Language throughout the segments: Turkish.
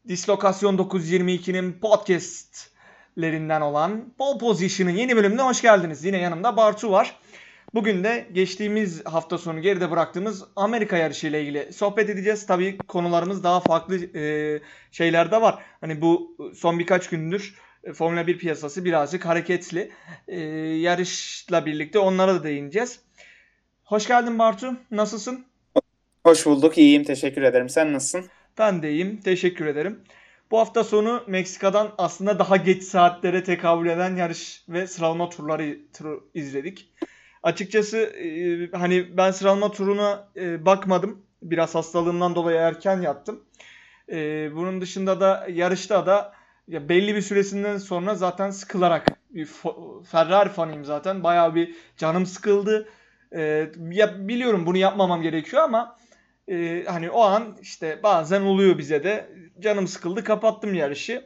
Dislokasyon 922'nin podcastlerinden olan Pole Position'ın yeni bölümüne hoş geldiniz. Yine yanımda Bartu var. Bugün de geçtiğimiz hafta sonu geride bıraktığımız Amerika yarışı ile ilgili sohbet edeceğiz. Tabii konularımız daha farklı şeyler de var. Hani bu son birkaç gündür Formula 1 piyasası birazcık hareketli. Yarışla birlikte onlara da değineceğiz. Hoş geldin Bartu. Nasılsın? Hoş bulduk. İyiyim. Teşekkür ederim. Sen nasılsın? Ben de iyiyim. Teşekkür ederim. Bu hafta sonu Meksika'dan aslında daha geç saatlere tekabül eden yarış ve sıralama turları izledik. Açıkçası hani ben sıralama turuna bakmadım. Biraz hastalığımdan dolayı erken yattım. Bunun dışında da yarışta da ya belli bir süresinden sonra zaten sıkılarak Ferrari fanıyım zaten. Bayağı bir canım sıkıldı. Ya biliyorum bunu yapmamam gerekiyor ama hani o an işte bazen oluyor bize de. Canım sıkıldı, kapattım yarışı.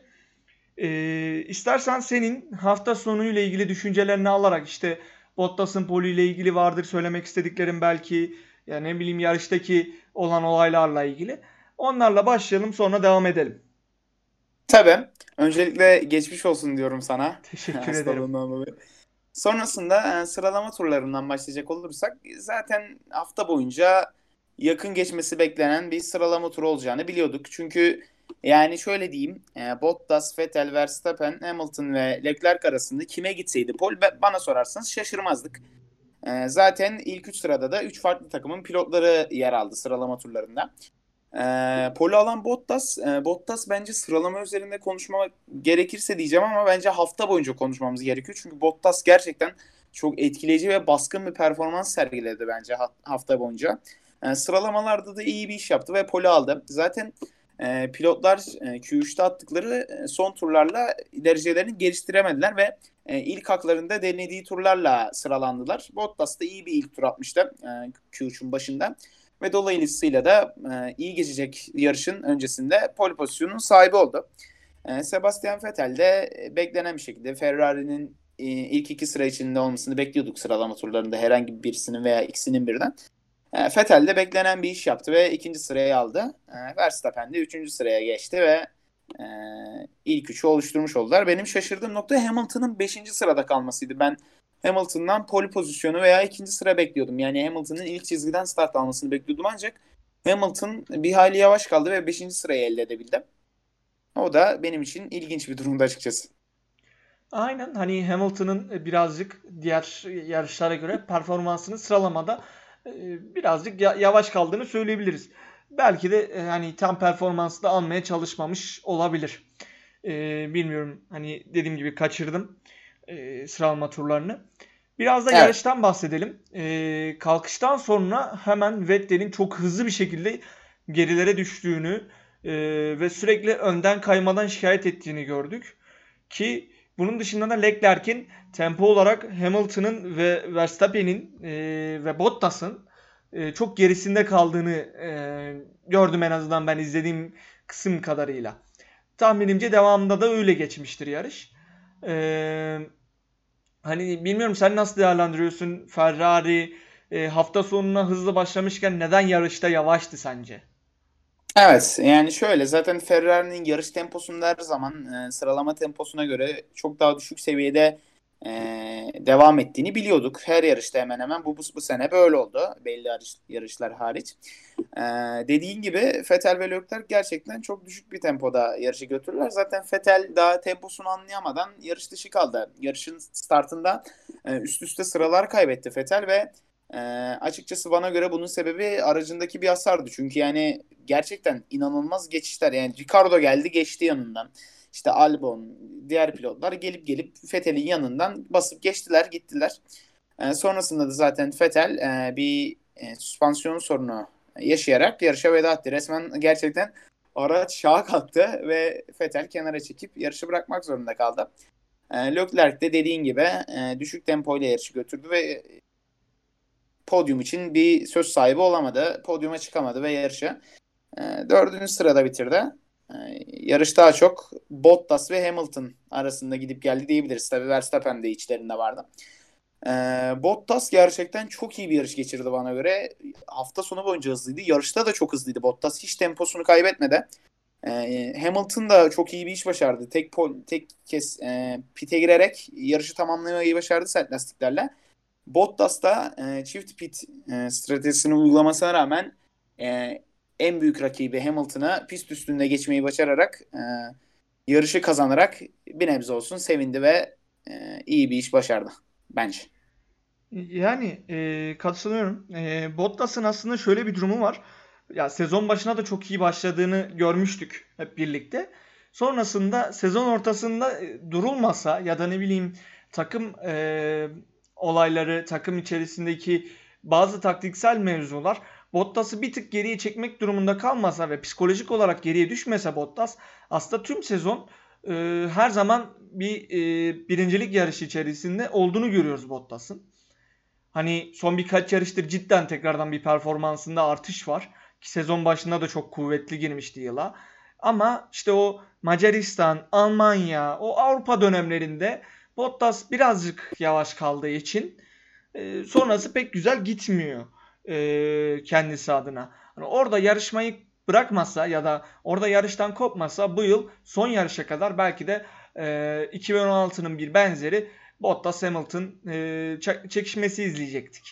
İstersen senin hafta sonuyla ilgili düşüncelerini alarak işte Bottas'ın pole ile ilgili vardır söylemek istediklerim belki. Ya ne bileyim yarıştaki olan olaylarla ilgili. Onlarla başlayalım sonra devam edelim. Tabii. Öncelikle geçmiş olsun diyorum sana Teşekkür ederim. hastalığından dolayı. Sonrasında sıralama turlarından başlayacak olursak zaten hafta boyunca yakın geçmesi beklenen bir sıralama turu olacağını biliyorduk. Çünkü yani şöyle diyeyim, Bottas, Vettel, Verstappen, Hamilton ve Leclerc arasında kime gitseydi bana sorarsanız şaşırmazdık. Zaten ilk 3 sırada da 3 farklı takımın pilotları yer aldı sıralama turlarında. Pole alan Bottas. Bottas bence sıralama üzerinde konuşmak gerekirse diyeceğim ama bence hafta boyunca konuşmamız gerekiyor. Çünkü Bottas gerçekten çok etkileyici ve baskın bir performans sergiledi bence hafta boyunca. Sıralamalarda da iyi bir iş yaptı ve pole aldı. Zaten pilotlar Q3'te attıkları son turlarla derecelerini geliştiremediler ve ilk haklarında denediği turlarla sıralandılar. Bottas da iyi bir ilk tur atmıştı Q3'ün başında. Ve dolayısıyla da iyi geçecek yarışın öncesinde pole pozisyonunun sahibi oldu. Sebastian Vettel de beklenen bir şekilde Ferrari'nin ilk iki sıra içinde olmasını bekliyorduk sıralama turlarında herhangi birisinin veya ikisinin birden. Vettel de beklenen bir iş yaptı ve ikinci sırayı aldı. Verstappen de üçüncü sıraya geçti ve e, ilk üçü oluşturmuş oldular. Benim şaşırdığım nokta Hamilton'ın beşinci sırada kalmasıydı. Ben Hamilton'dan pole pozisyonu veya ikinci sıra bekliyordum. Yani Hamilton'ın ilk çizgiden start almasını bekliyordum ancak Hamilton bir hayli yavaş kaldı ve beşinci sırayı elde edebildi. O da benim için ilginç bir durumda açıkçası. Aynen hani Hamilton'ın birazcık diğer yarışlara göre performansını sıralamada birazcık yavaş kaldığını söyleyebiliriz. Belki de hani tam performansı da almaya çalışmamış olabilir. Bilmiyorum hani dediğim gibi kaçırdım sıralama turlarını. Biraz da Evet. yarıştan bahsedelim. Kalkıştan sonra hemen Vettel'in çok hızlı bir şekilde gerilere düştüğünü ve sürekli önden kaymadan şikayet ettiğini gördük. Ki bunun dışında da Leclerc'in tempo olarak Hamilton'ın ve Verstappen'in ve Bottas'ın çok gerisinde kaldığını gördüm en azından ben izlediğim kısım kadarıyla. Tahminimce devamında da öyle geçmiştir yarış. Hani bilmiyorum sen nasıl değerlendiriyorsun Ferrari hafta sonuna hızlı başlamışken neden yarışta yavaştı sence? Evet, yani şöyle zaten Ferrari'nin yarış temposunda her zaman sıralama temposuna göre çok daha düşük seviyede e, devam ettiğini biliyorduk. Her yarışta hemen hemen bu sene böyle oldu. Belli yarışlar hariç. E, Dediğin gibi Vettel ve Leclerc gerçekten çok düşük bir tempoda yarışı götürdüler. Zaten Vettel daha temposunu anlayamadan yarış dışı kaldı. Yarışın startında üst üste sıralar kaybetti Vettel ve ee, açıkçası bana göre bunun sebebi aracındaki bir hasardı. Çünkü yani gerçekten inanılmaz geçişler. Yani Ricardo geldi geçti yanından. İşte Albon, diğer pilotlar gelip gelip Vettel'in yanından basıp geçtiler gittiler. Sonrasında da zaten Vettel bir süspansiyon sorunu yaşayarak yarışa veda etti. Resmen gerçekten araç şaha kalktı ve Vettel kenara çekip yarışı bırakmak zorunda kaldı. Leclerc de dediğin gibi düşük tempoyla yarışı götürdü ve podyum için bir söz sahibi olamadı. Podyuma çıkamadı ve yarışı dördüncü sırada bitirdi. E, Yarış daha çok Bottas ve Hamilton arasında gidip geldi diyebiliriz. Tabii Verstappen de içlerinde vardı. E, Bottas gerçekten çok iyi bir yarış geçirdi bana göre. Hafta sonu boyunca hızlıydı. Yarışta da çok hızlıydı Bottas. Hiç temposunu kaybetmedi. Hamilton da çok iyi bir iş başardı. Tek kez pite girerek yarışı tamamlamayı başardı sert lastiklerle. Bottas da çift pit stratejisini uygulamasına rağmen en büyük rakibi Hamilton'a pist üstünde geçmeyi başararak yarışı kazanarak bir nebze olsun sevindi ve iyi bir iş başardı bence. Yani katılıyorum. Bottas'ın aslında şöyle bir durumu var. Ya sezon başına da çok iyi başladığını görmüştük hep birlikte. Sonrasında sezon ortasında durulmasa ya da ne bileyim takım olayları, takım içerisindeki bazı taktiksel mevzular Bottas'ı bir tık geriye çekmek durumunda kalmasa ve psikolojik olarak geriye düşmese Bottas aslında tüm sezon her zaman bir birincilik yarışı içerisinde olduğunu görüyoruz Bottas'ın. Hani son birkaç yarıştır cidden tekrardan bir performansında artış var. Ki sezon başında da çok kuvvetli girmişti yıla. Ama işte o Macaristan, Almanya, o Avrupa dönemlerinde Bottas birazcık yavaş kaldığı için sonrası pek güzel gitmiyor kendisi adına. Hani orada yarışmayı bırakmasa ya da orada yarıştan kopmasa bu yıl son yarışa kadar belki de 2016'nın bir benzeri Bottas Hamilton çekişmesi izleyecektik.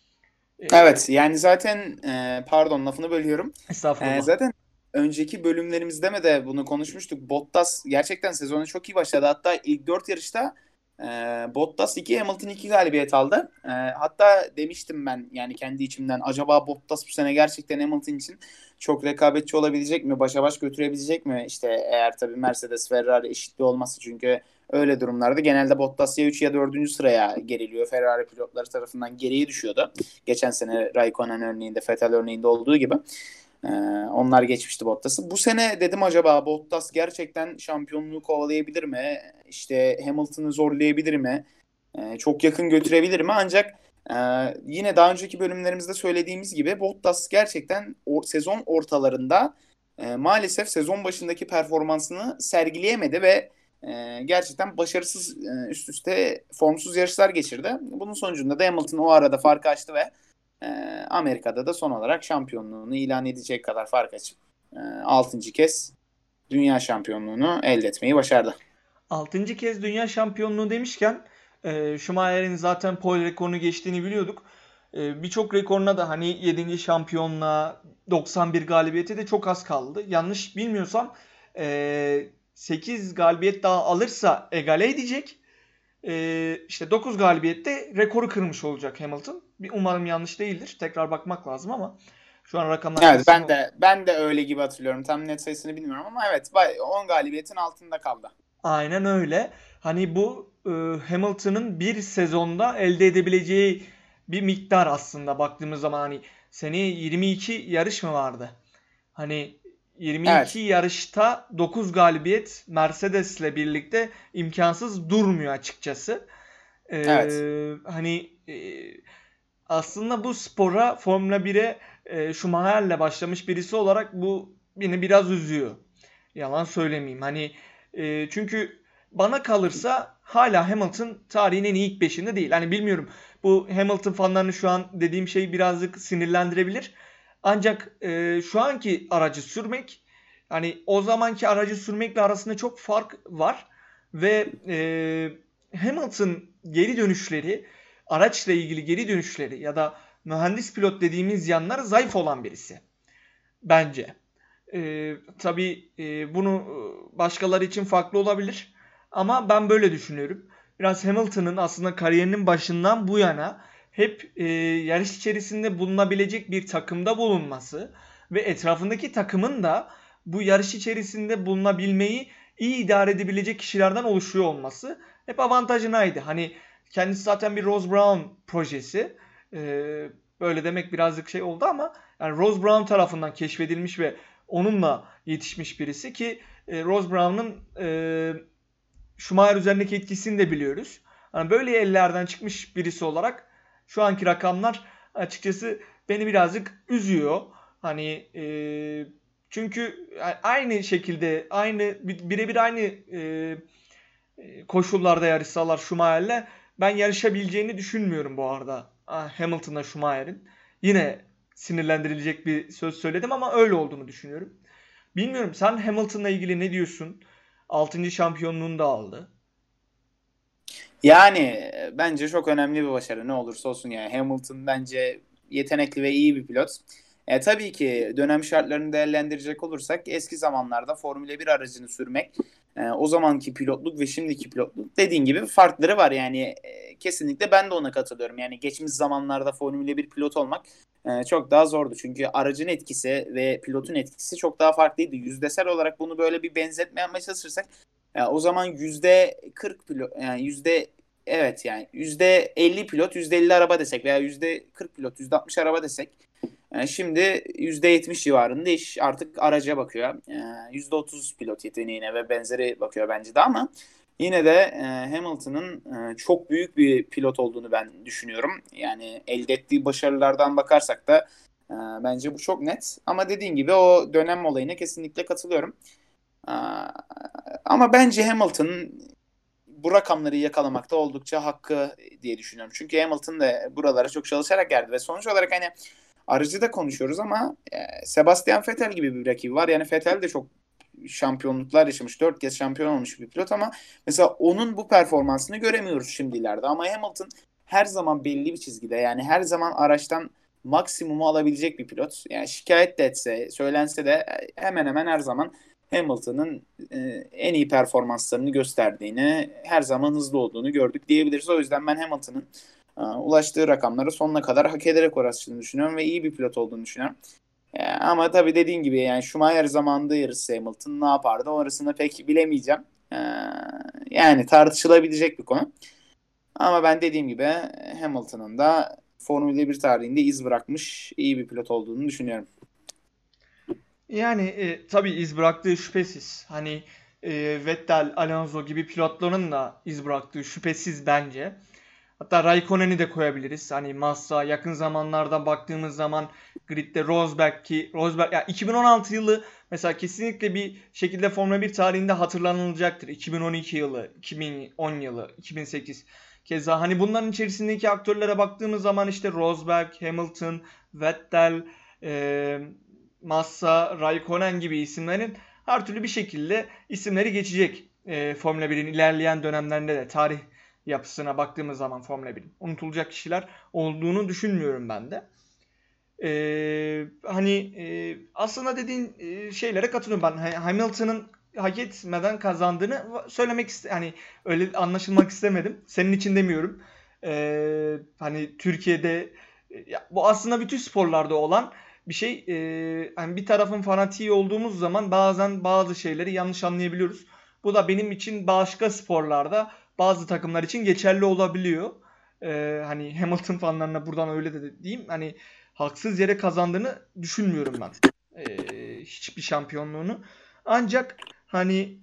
Evet, yani zaten pardon lafını bölüyorum. Estağfurullah. Zaten önceki bölümlerimizde mi de bunu konuşmuştuk. Bottas gerçekten sezonu çok iyi başladı. Hatta ilk 4 yarışta e, Bottas 2, Hamilton 2 galibiyet aldı. Hatta demiştim ben yani kendi içimden acaba Bottas bu sene gerçekten Hamilton için çok rekabetçi olabilecek mi? Başa baş götürebilecek mi? İşte eğer tabii Mercedes Ferrari eşitliği olması, çünkü öyle durumlarda genelde Bottas ya 3 ya 4. sıraya geriliyor. Ferrari pilotları tarafından geriye düşüyordu. Geçen sene Raikkonen örneğinde, Vettel örneğinde olduğu gibi. Ee, Onlar geçmişti Bottas'ı. Bu sene dedim acaba Bottas gerçekten şampiyonluğu kovalayabilir mi? İşte Hamilton'ı zorlayabilir mi? Çok yakın götürebilir mi? Ancak yine daha önceki bölümlerimizde söylediğimiz gibi Bottas gerçekten sezon ortalarında maalesef sezon başındaki performansını sergileyemedi ve gerçekten başarısız üst üste formsuz yarışlar geçirdi. Bunun sonucunda da Hamilton o arada farkı açtı ve e, Amerika'da da son olarak şampiyonluğunu ilan edecek kadar fark açıp 6. kez dünya şampiyonluğunu elde etmeyi başardı. 6. kez dünya şampiyonluğu demişken Schumacher'in zaten pole rekorunu geçtiğini biliyorduk. Birçok rekoruna da hani 7. şampiyonluğa 91 galibiyete de çok az kaldı. Yanlış bilmiyorsam 8 galibiyet daha alırsa egale edecek. İşte 9 galibiyette rekoru kırmış olacak Hamilton. Umarım yanlış değildir. Tekrar bakmak lazım ama şu an rakamlar Evet, kesin. ben de öyle gibi hatırlıyorum. Tam net sayısını bilmiyorum ama evet 10 galibiyetin altında kaldı. Aynen öyle. Hani bu Hamilton'ın bir sezonda elde edebileceği bir miktar aslında baktığımız zaman hani seneye 22 yarış mı vardı? Hani 22 Evet, yarışta 9 galibiyet Mercedes'le birlikte imkansız durmuyor açıkçası. evet. Hani aslında bu spora Formula 1'e Schumacher'le başlamış birisi olarak bu beni biraz üzüyor. Yalan söylemeyeyim. Hani çünkü bana kalırsa hala Hamilton tarihin en iyi ilk beşinde değil. Hani bilmiyorum. Bu Hamilton fanlarını şu an dediğim şey birazcık sinirlendirebilir. Ancak şu anki aracı sürmek hani o zamanki aracı sürmekle arasında çok fark var. Ve Hamilton geri dönüşleri, araçla ilgili geri dönüşleri ya da mühendis pilot dediğimiz yanlar zayıf olan birisi. Bence. Tabii bunu başkaları için farklı olabilir. Ama ben böyle düşünüyorum. Biraz Hamilton'ın aslında kariyerinin başından bu yana hep yarış içerisinde bulunabilecek bir takımda bulunması ve etrafındaki takımın da bu yarış içerisinde bulunabilmeyi iyi idare edebilecek kişilerden oluşuyor olması hep avantajınaydı. Hani kendisi zaten bir Ross Brown projesi. Böyle demek birazcık şey oldu ama yani Ross Brown tarafından keşfedilmiş ve onunla yetişmiş birisi ki Ross Brown'un Schumacher üzerindeki etkisini de biliyoruz. Yani böyle ellerden çıkmış birisi olarak şu anki rakamlar açıkçası beni birazcık üzüyor. Hani çünkü aynı şekilde birebir aynı koşullarda yarışsalar Schumacher'le ben yarışabileceğini düşünmüyorum bu arada. Hamilton'la Schumacher'in. Yine sinirlendirilecek bir söz söyledim ama öyle olduğunu düşünüyorum. Bilmiyorum, sen Hamilton'la ilgili ne diyorsun? 6. şampiyonluğunu da aldı. Yani bence çok önemli bir başarı ne olursa olsun yani. Hamilton bence yetenekli ve iyi bir pilot. Tabii ki dönem şartlarını değerlendirecek olursak eski zamanlarda Formula 1 aracını sürmek o zamanki pilotluk ve şimdiki pilotluk dediğin gibi farkları var. Yani kesinlikle ben de ona katılıyorum. Yani geçmiş zamanlarda Formula 1 pilot olmak çok daha zordu. Çünkü aracın etkisi ve pilotun etkisi çok daha farklıydı. Yüzdesel olarak bunu böyle bir benzetme yapmaya çalışırsak o zaman %40 pilot yani evet yani %50 pilot %50 araba desek veya %40 pilot %60 araba desek şimdi %70 civarında iş artık araca bakıyor. %30 pilot yeteneğine ve benzeri bakıyor bence de ama yine de Hamilton'ın çok büyük bir pilot olduğunu ben düşünüyorum. Yani elde ettiği başarılardan bakarsak da bence bu çok net. Ama dediğin gibi o dönem olayına kesinlikle katılıyorum. Ama bence Hamilton bu rakamları yakalamakta oldukça hakkı diye düşünüyorum. Çünkü Hamilton da buralara çok çalışarak geldi ve sonuç olarak hani aracı da konuşuyoruz ama Sebastian Vettel gibi bir rakibi var. Yani Vettel de çok şampiyonluklar yaşamış. 4 kez şampiyon olmuş bir pilot ama mesela onun bu performansını göremiyoruz şimdilerde. Ama Hamilton her zaman belli bir çizgide. Yani her zaman araçtan maksimumu alabilecek bir pilot. Yani şikayet de etse, söylense de hemen hemen her zaman Hamilton'ın en iyi performanslarını gösterdiğini, her zaman hızlı olduğunu gördük diyebiliriz. O yüzden ben Hamilton'ın ulaştığı rakamları sonuna kadar hak ederek uğraştığını düşünüyorum ve iyi bir pilot olduğunu düşünüyorum. Ama tabii dediğin gibi yani Schumacher zamanında yarışsa Hamilton ne yapardı orasını pek bilemeyeceğim. Yani tartışılabilecek bir konu. Ama ben dediğim gibi Hamilton'ın da Formula 1 tarihinde iz bırakmış iyi bir pilot olduğunu düşünüyorum. Yani tabii iz bıraktığı şüphesiz. Hani Vettel, Alonso gibi pilotların da iz bıraktığı şüphesiz bence. Hatta Raikkonen'i de koyabiliriz. Hani Massa yakın zamanlarda baktığımız zaman gridde Rosberg, ki Rosberg ya 2016 yılı mesela kesinlikle bir şekilde Formula 1 tarihinde hatırlanılacaktır. 2012 yılı, 2010 yılı, 2008. Keza hani bunların içerisindeki aktörlere baktığımız zaman işte Rosberg, Hamilton, Vettel, e, Massa, Raikkonen gibi isimlerin her türlü bir şekilde isimleri geçecek. Formula 1'in ilerleyen dönemlerinde de tarih yapısına baktığımız zaman Formula 1'in unutulacak kişiler olduğunu düşünmüyorum ben de. Aslında dediğin şeylere katılıyorum ben. Hamilton'ın hak etmeden kazandığını söylemek hani öyle anlaşılmak istemedim. Senin için demiyorum. Hani Türkiye'de bu aslında bütün sporlarda olan bir şey. Hani bir tarafın fanatiği olduğumuz zaman bazen bazı şeyleri yanlış anlayabiliyoruz. Bu da benim için başka sporlarda bazı takımlar için geçerli olabiliyor. Hani Hamilton fanlarına buradan öyle de diyeyim. Hani haksız yere kazandığını düşünmüyorum ben. Hiçbir şampiyonluğunu. Ancak hani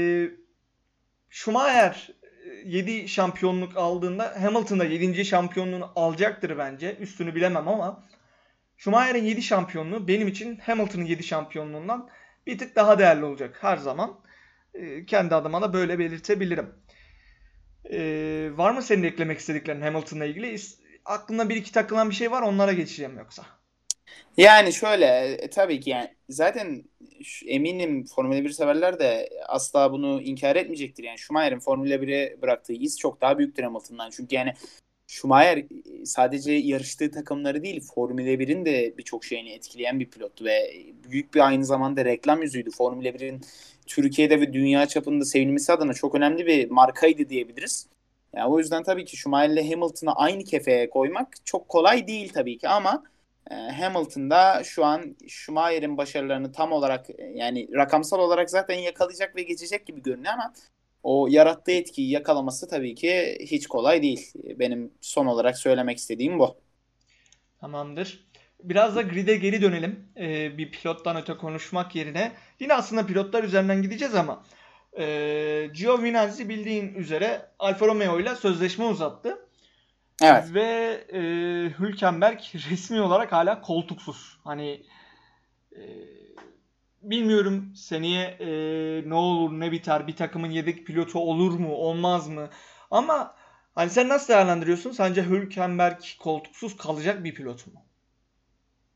Schumacher 7 şampiyonluk aldığında Hamilton da 7. şampiyonluğunu alacaktır bence. Üstünü bilemem ama Schumacher'in 7 şampiyonluğu benim için Hamilton'ın 7 şampiyonluğundan bir tık daha değerli olacak her zaman. Kendi adıma da böyle belirtebilirim. Var mı senin eklemek istediklerin Hamilton'la ilgili? Aklına bir iki takılan bir şey var, onlara geçeceğim yoksa. Yani şöyle tabii ki yani zaten eminim Formula 1 severler de asla bunu inkar etmeyecektir. Yani Schumacher'in Formula 1'e bıraktığı iz çok daha büyüktür Hamilton'dan. Çünkü yani Schumacher sadece yarıştığı takımları değil Formula 1'in de birçok şeyini etkileyen bir pilottu ve büyük bir aynı zamanda reklam yüzüydü. Formula 1'in Türkiye'de ve dünya çapında sevilmesi adına çok önemli bir markaydı diyebiliriz. Yani o yüzden tabii ki Schumacher'le Hamilton'ı aynı kefeye koymak çok kolay değil tabii ki ama Hamilton'da şu an Schumacher'in başarılarını tam olarak yani rakamsal olarak zaten yakalayacak ve geçecek gibi görünüyor ama o yarattığı etkiyi yakalaması tabii ki hiç kolay değil. Benim son olarak söylemek istediğim bu. Tamamdır. Biraz da grid'e geri dönelim. Bir pilottan öte konuşmak yerine. Yine aslında pilotlar üzerinden gideceğiz ama Giovinazzi bildiğin üzere Alfa Romeo ile sözleşme uzattı. Evet. Ve Hülkenberg resmi olarak hala koltuksuz. Hani e, bilmiyorum seneye ne olur ne biter, bir takımın yedek pilotu olur mu olmaz mı? Ama hani sen nasıl değerlendiriyorsun? Sence Hülkenberg koltuksuz kalacak bir pilot mu?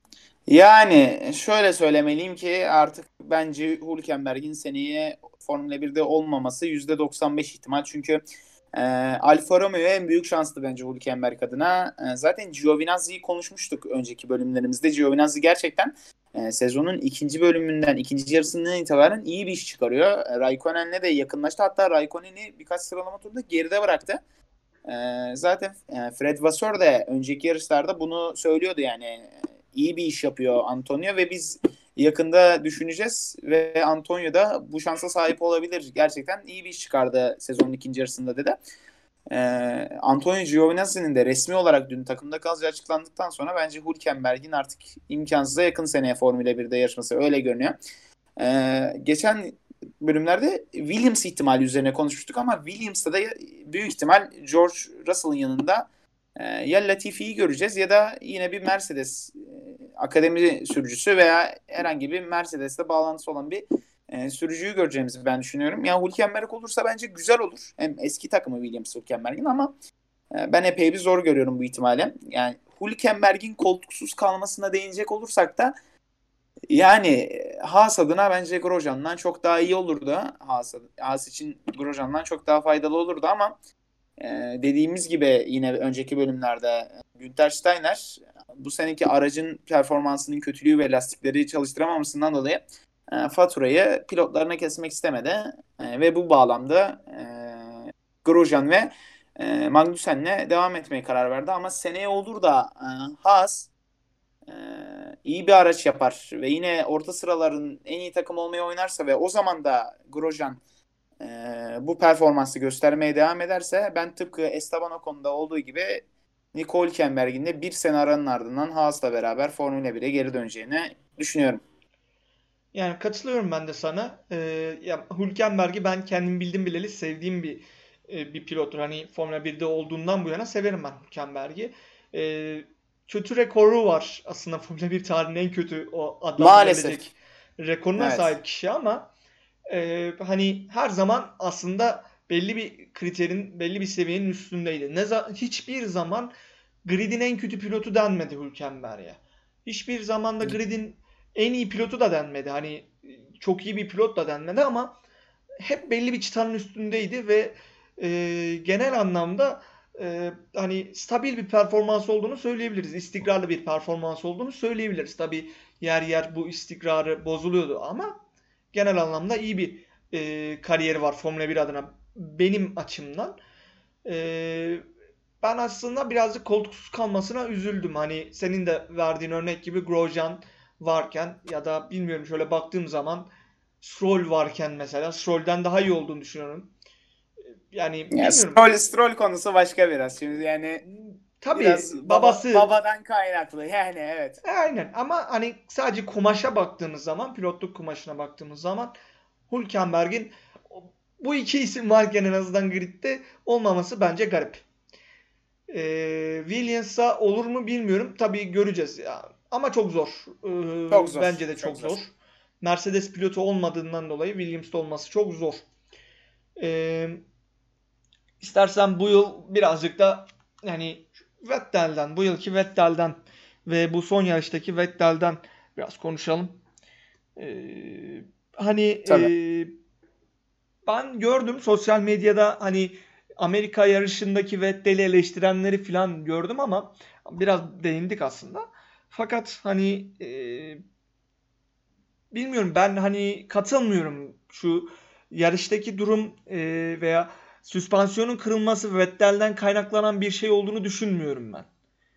Yani şöyle söylemeliyim ki artık bence Hülkenberg'in seneye Formula 1'de olmaması %95 ihtimal. Çünkü Alfa Romeo en büyük şanstı bence Hülkenberg adına. Zaten Giovinazzi'yi konuşmuştuk önceki bölümlerimizde. Giovinazzi gerçekten sezonun ikinci bölümünden, ikinci yarısından itibaren iyi bir iş çıkarıyor. Raikkonen'le de yakınlaştı. Hatta Raikkonen'i birkaç sıralama turda geride bıraktı. Zaten Fred Vasseur de önceki yarışlarda bunu söylüyordu yani iyi bir iş yapıyor Antonio ve biz yakında düşüneceğiz ve Antonio da bu şansa sahip olabilir. Gerçekten iyi bir iş çıkardı sezonun ikinci yarısında dedi. Antonio Giovinazzi'nin de resmi olarak dün takımda kalacağı açıklandıktan sonra bence Hülkenberg'in artık imkansıza yakın seneye Formula 1'de yarışması öyle görünüyor. Geçen bölümlerde Williams ihtimali üzerine konuşmuştuk ama Williams'ta da büyük ihtimal George Russell'ın yanında ya Latifi'yi göreceğiz ya da yine bir Mercedes akademi sürücüsü veya herhangi bir Mercedes'le bağlantısı olan bir sürücüyü göreceğimizi ben düşünüyorum. Yani Hülkenberg olursa bence güzel olur. Hem eski takımı Williams Hülkenberg'in ama ben epey bir zor görüyorum bu ihtimali. Yani Hülkenberg'in koltuksuz kalmasına değinecek olursak da yani Haas adına bence Grosjean'dan çok daha iyi olurdu. Haas için Grosjean'dan çok daha faydalı olurdu ama e, dediğimiz gibi yine önceki bölümlerde Günther Steiner bu seneki aracın performansının kötülüğü ve lastikleri çalıştıramamasından dolayı faturayı pilotlarına kesmek istemedi. Ve bu bağlamda Grosjean ve Magnussen'le devam etmeye karar verdi. Ama seneye olur da Haas e, iyi bir araç yapar ve yine orta sıraların en iyi takım olmaya oynarsa ve o zaman da Grosjean bu performansı göstermeye devam ederse ben tıpkı Esteban Ocon'da olduğu gibi Nico Hülkenberg'in de bir sene aranın ardından Haas'la beraber Formula 1'e geri döneceğini düşünüyorum. Yani katılıyorum ben de sana. Ya Hülkenberg'i ben kendim bildim bileli sevdiğim bir pilottur. Hani Formula 1'de olduğundan bu yana severim ben Hülkenberg'i. Kötü rekoru var aslında Formula 1 tarihinin en kötü o Maalesef. adlandırılabilecek rekoruna Evet. sahip kişi ama hani her zaman aslında belli bir kriterin, belli bir seviyenin üstündeydi. Hiçbir zaman gridin en kötü pilotu denmedi Hülkenberg'e. Hiçbir zaman da gridin en iyi pilotu da denmedi. Hani çok iyi bir pilot da denmedi ama hep belli bir çıtanın üstündeydi ve genel anlamda hani stabil bir performans olduğunu söyleyebiliriz. İstikrarlı bir performans olduğunu söyleyebiliriz. Tabii yer yer bu istikrarı bozuluyordu ama genel anlamda iyi bir kariyeri var Formula 1 adına benim açımdan. E, Ben aslında birazcık koltuksuz kalmasına üzüldüm. Hani senin de verdiğin örnek gibi Grosjean varken ya da bilmiyorum şöyle baktığım zaman Stroll varken mesela Stroll'den daha iyi olduğunu düşünüyorum. Yani Ya bilmiyorum. Stroll konusu başka biraz. Şimdi yani Tabii biraz babası babadan kaynaklı. Yani evet. aynen ama hani sadece kumaşa baktığımız zaman pilotluk kumaşına baktığımız zaman Hülkenberg'in bu iki isim varken en azından gridde olmaması bence garip. Williams'a olur mu bilmiyorum. Tabii göreceğiz ya. Ama çok zor. Çok zor. Bence de Çok çok zor. zor. Mercedes pilotu olmadığından dolayı Williams'ta olması çok zor. Ee, istersen bu yıl birazcık da yani Vettel'den, bu yılki Vettel'den ve bu son yarıştaki Vettel'den biraz konuşalım. Hani Tabii. ben gördüm sosyal medyada hani Amerika yarışındaki Vettel'i eleştirenleri falan gördüm ama biraz değindik aslında. Fakat hani bilmiyorum ben hani katılmıyorum şu yarıştaki durum veya süspansiyonun kırılması Vettel'den kaynaklanan bir şey olduğunu düşünmüyorum ben.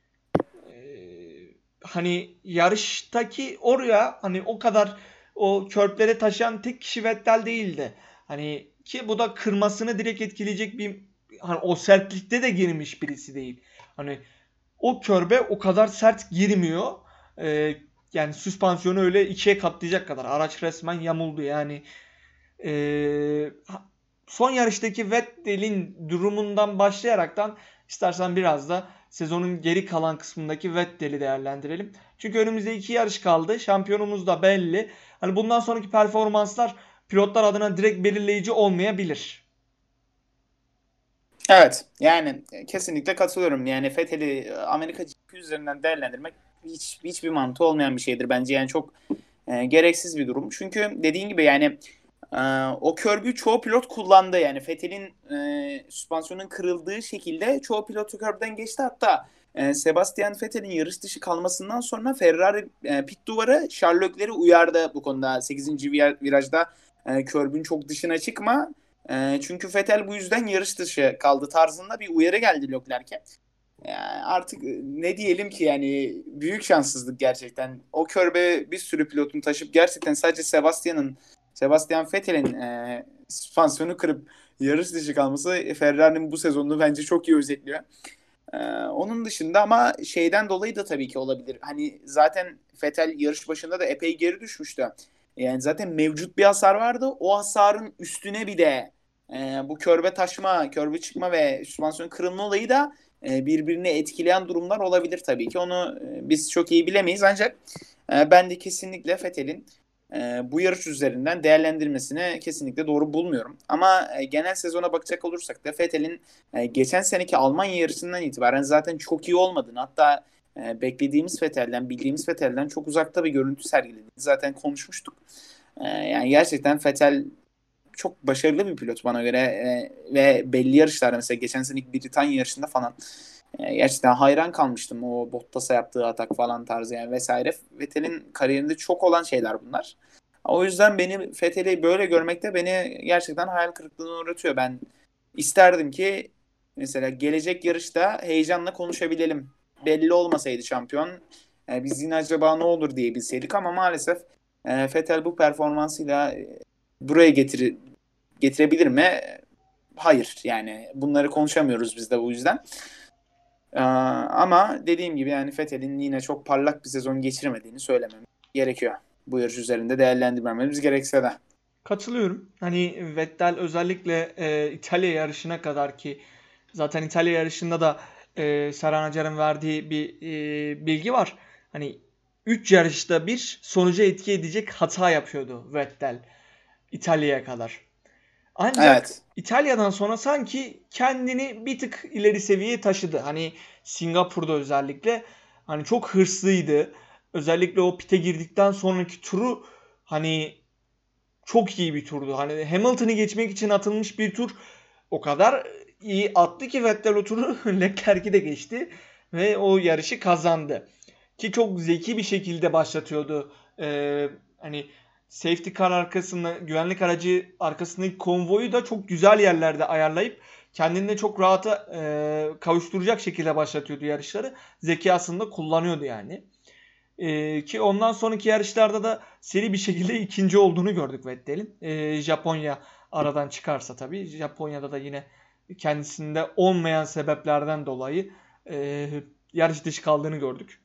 Hani yarıştaki oraya hani o kadar o körplere taşıyan tek kişi Vettel değildi. Hani ki bu da kırmasını direkt etkileyecek bir hani o sertlikte de girmiş birisi değil. Hani o körbe o kadar sert girmiyor. Yani süspansiyonu öyle ikiye katlayacak kadar. Araç resmen yamuldu yani. Ee, son yarıştaki Vettel'in durumundan başlayaraktan istersen biraz da sezonun geri kalan kısmındaki Vettel'i değerlendirelim. Çünkü önümüzde iki yarış kaldı. Şampiyonumuz da belli. Hani bundan sonraki performanslar pilotlar adına direkt belirleyici olmayabilir. Evet. Yani kesinlikle katılıyorum. Yani Fethel'i Amerika GP üzerinden değerlendirmek hiçbir mantığı olmayan bir şeydir bence. Yani çok gereksiz bir durum. Çünkü dediğin gibi yani o körbü çoğu pilot kullandı. Yani Vettel'in süspansiyonun kırıldığı şekilde çoğu pilot o körbden geçti. Hatta Sebastian Vettel'in yarış dışı kalmasından sonra Ferrari pit duvarı Charles Leclerc'i uyardı bu konuda. 8. virajda körbün çok dışına çıkma. Çünkü Vettel bu yüzden yarış dışı kaldı tarzında bir uyarı geldi Leclerc'e. Yani artık ne diyelim ki, yani büyük şanssızlık gerçekten. O körbe bir sürü pilotun taşıp gerçekten sadece Sebastian Vettel'in süspansiyonu kırıp yarış dışı kalması Ferrari'nin bu sezonunu bence çok iyi özetliyor. Onun dışında ama şeyden dolayı da tabii ki olabilir. Hani zaten Vettel yarış başında da epey geri düşmüştü. Yani zaten mevcut bir hasar vardı. O hasarın üstüne bir de bu körbe çıkma ve süspansiyon kırılma olayı da birbirini etkileyen durumlar olabilir tabii ki. Onu biz çok iyi bilemeyiz ancak ben de kesinlikle Vettel'in bu yarış üzerinden değerlendirmesini kesinlikle doğru bulmuyorum. Ama genel sezona bakacak olursak da Vettel'in geçen seneki Almanya yarışından itibaren zaten çok iyi olmadığını, hatta beklediğimiz Vettel'den, bildiğimiz Vettel'den çok uzakta bir görüntü sergilediğini zaten konuşmuştuk. Yani gerçekten Vettel çok başarılı bir pilot bana göre ve belli yarışlarda, mesela geçen seneki Britanya yarışında falan gerçekten hayran kalmıştım, o Bottas'a yaptığı atak falan tarzı yani vesaire. Vettel'in kariyerinde çok olan şeyler bunlar. O yüzden beni Vettel'i böyle görmekte beni gerçekten hayal kırıklığına uğratıyor. Ben isterdim ki mesela gelecek yarışta heyecanla konuşabilelim. Belli olmasaydı şampiyon, biz yine acaba ne olur diye bilseydik, ama maalesef Vettel bu performansıyla buraya getirebilir mi? Hayır. Yani bunları konuşamıyoruz biz de bu yüzden. Ama dediğim gibi yani Vettel'in yine çok parlak bir sezon geçirmediğini söylemem gerekiyor. Bu yarış üzerinde değerlendirmemiz gerekse de. Katılıyorum. Hani Vettel özellikle İtalya yarışına kadar, ki zaten İtalya yarışında da Serhan Acar'ın verdiği bir bilgi var. Hani 3 yarışta bir sonuca etki edecek hata yapıyordu Vettel İtalya'ya kadar. Ancak Evet. İtalya'dan sonra sanki kendini bir tık ileri seviyeye taşıdı. Hani Singapur'da özellikle hani çok hırslıydı. Özellikle o pite girdikten sonraki turu hani çok iyi bir turdu. Hani Hamilton'ı geçmek için atılmış bir tur, o kadar iyi attı ki Vettel o turu Leclerc'i de geçti ve o yarışı kazandı. Ki çok zeki bir şekilde başlatıyordu. Hani safety car arkasında, güvenlik aracı arkasındaki konvoyu da çok güzel yerlerde ayarlayıp kendini de çok rahata kavuşturacak şekilde başlatıyordu yarışları. Zekasını da kullanıyordu yani. Ki ondan sonraki yarışlarda da seri bir şekilde ikinci olduğunu gördük Vettel'in. Japonya aradan çıkarsa tabii. Japonya'da da yine kendisinde olmayan sebeplerden dolayı yarış dışı kaldığını gördük.